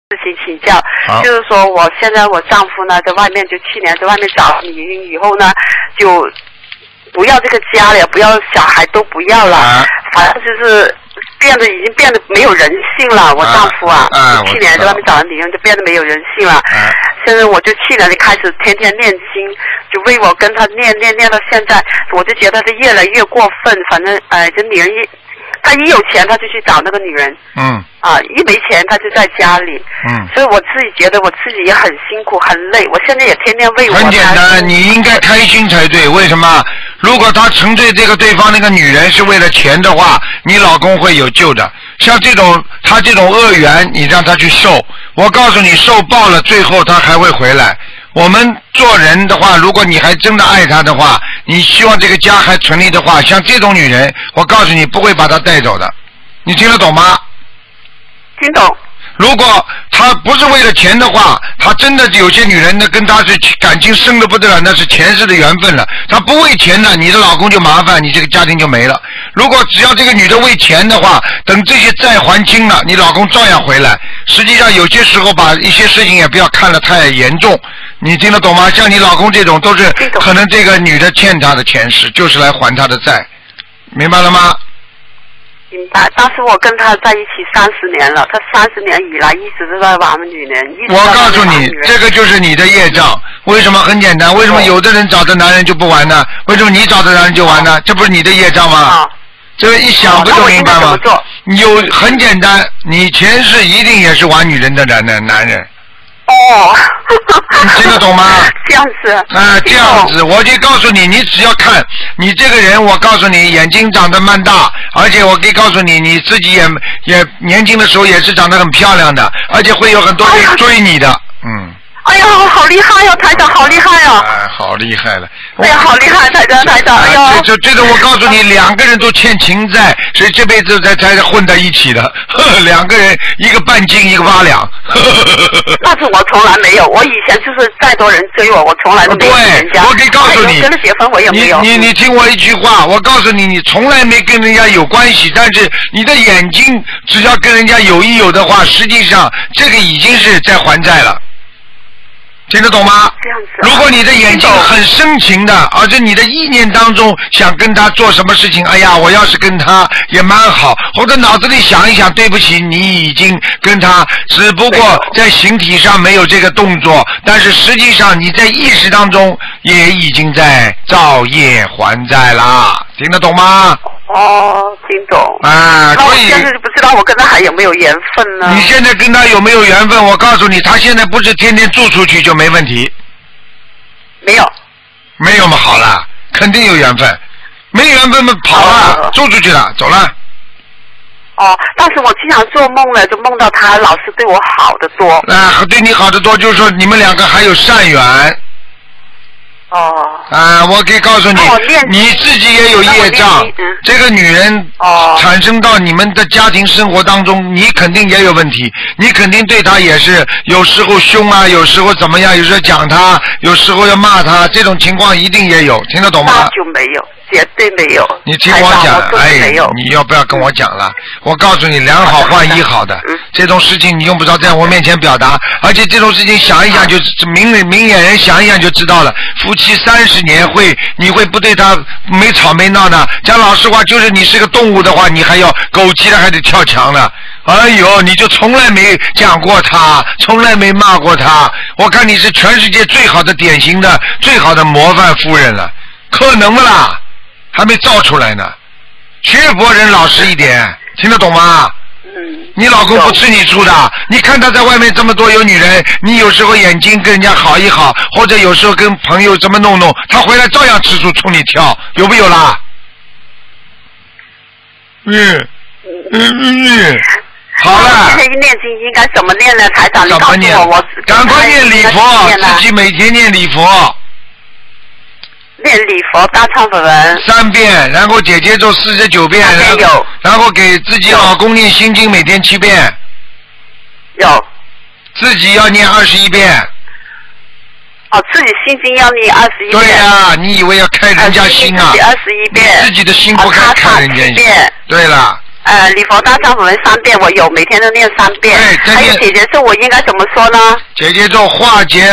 情请教，就是说我现在我丈夫呢在外面就去年在外面找女人以后呢，就不要这个家了，不要小孩都不要了，反正就是已经变得没有人性了。我丈夫去年在外面找的女人就变得没有人性了。现在我就去年就开始天天念经，就为我跟他念到现在，我就觉得他越来越过分。反正这女人他一有钱他就去找那个女人，一没钱他就在家里，所以我自己觉得我自己也很辛苦很累，我现在也天天为我。 很简单，你应该开心才对。为什么？如果他沉醉这个对方那个女人是为了钱的话，你老公会有救的。像他这种恶缘，你让他去受，我告诉你，受报了，最后他还会回来。我们做人的话，如果你还真的爱他的话，你希望这个家还存立的话，像这种女人，我告诉你不会把她带走的。你听得懂吗？ 听懂。 如果他不是为了钱的话，他真的有些女人呢跟他是感情深的不得了，那是前世的缘分了。他不为钱的，你的老公就麻烦，你这个家庭就没了。如果只要这个女的为钱的话，等这些债还清了，你老公照样回来。实际上有些时候把一些事情也不要看得太严重，你听得懂吗？像你老公这种都是可能这个女的欠他的前世，就是来还他的债，明白了吗？ 明白，当时我跟他在一起30年了，他30年以来一直都在玩女人。 我告诉你，这个就是你的业障。为什么？很简单，为什么有的人找的男人就不玩呢？为什么你找的男人就玩呢？这不是你的业障吗？这个一想不就明白吗？很简单，你前世一定也是玩女人的男人。你听得懂吗？ 这样子。 这样子，我就告诉你，你只要看你这个人，我告诉你，眼睛长得蛮大，而且我可以告诉你，你自己也年轻的时候也是长得很漂亮的，而且会有很多人追你的， 哎呀，好厉害哟，台长，好厉害哦！ 好厉害了！ 哎呀，好厉害，台长，哎呦！ 这个我告诉你，两个人都欠情债，所以这辈子才混在一起的。两个人，一个半斤，一个8两。 那是我从来没有，我以前就是再多人追我，我从来都没有人家。 我可以告诉你， 跟他结婚我也没有。 你听我一句话，我告诉你，你从来没跟人家有关系，但是你的眼睛只要跟人家有意有的话，实际上这个已经是在还债了。听得懂吗？ 这样子。 如果你的眼睛很深情的，而且你的意念当中想跟他做什么事情，哎呀，我要是跟他也蛮好，或者脑子里想一想，对不起，你已经跟他，只不过在形体上没有这个动作，但是实际上你在意识当中也已经在造业还债啦，听得懂吗？ 听懂。 那我现在就不知道我跟他还有没有缘分呢？ 你现在跟他有没有缘分？我告诉你，他现在不是天天住出去就没问题。 没有。 没有嘛，好了，肯定有缘分。没缘分嘛，跑了，住出去了，走了。 但是我经常做梦了，就梦到他老是对我好得多。 对你好得多，就是说你们两个还有善缘。我可以告诉你，你自己也有业障。这个女人产生到你们的家庭生活当中，你肯定也有问题。你肯定对她也是有时候凶啊，有时候怎么样，有时候讲她，有时候要骂她，这种情况一定也有，听得懂吗？ 那就没有。绝对没有。 你听我讲，你要不要跟我讲了？我告诉你，两好换一好的，这种事情你用不着在我面前表达，而且这种事情想一想就明眼人想一想就知道了。夫妻30年你会不对他没吵没闹的？讲老实话，就是你是个动物的话，你还要狗急了还得跳墙呢。哎呦，你就从来没讲过他，从来没骂过他。我看你是全世界最好的典型的、最好的模范夫人了，可能不啦？还没造出来呢，学佛人老实一点，听得懂吗？你老公不吃你醋的，你看他在外面这么多有女人，你有时候眼睛跟人家好一好，或者有时候跟朋友怎么弄，他回来照样吃醋冲你跳，有没有啦？好了。 现在念经应该怎么念呢？台长，你告诉我， 赶快念礼佛，自己每天念礼佛。 念礼佛大忏悔文 3遍，然后姐姐做49遍，然后给自己老公念心经每天7遍， 有， 自己要念21遍。 自己心经要念21遍。 对呀，你以为要开人家心啊？ 自己21遍， 你自己的心不该开人家心。 遍。 对了。 礼佛大忏悔文3遍，我有每天都念3遍。 对， 还有姐姐咒，我应该怎么说呢？ 姐姐咒化解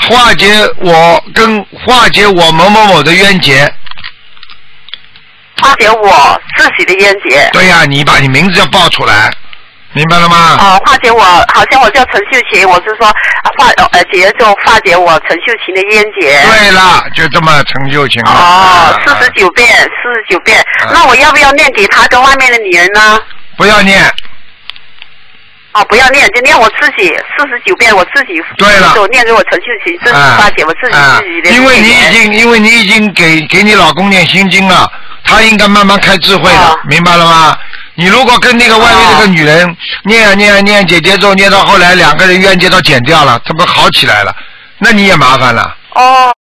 我某某某的冤结。 化解我自己的冤结。 对呀，你把你名字要报出来，明白了吗？ 哦，化解我，好像我叫陈秀琴，我是说姐姐咒化解我陈秀琴的冤结。 对了，就这么陈秀琴。 哦，49遍，49遍。那我要不要念给他跟外面的女人呢？ 不要念。 哦，不要念，就念我自己49遍，我自己对了， 就念给我陈秀琴，自己化解我自己的。 因为你已经给你老公念心经了，他应该慢慢开智慧的，明白了吗？你如果跟那个外面那个女人念姐姐咒，念到后来2个人冤结都剪掉了，他不好起来了，那你也麻烦了。 哦。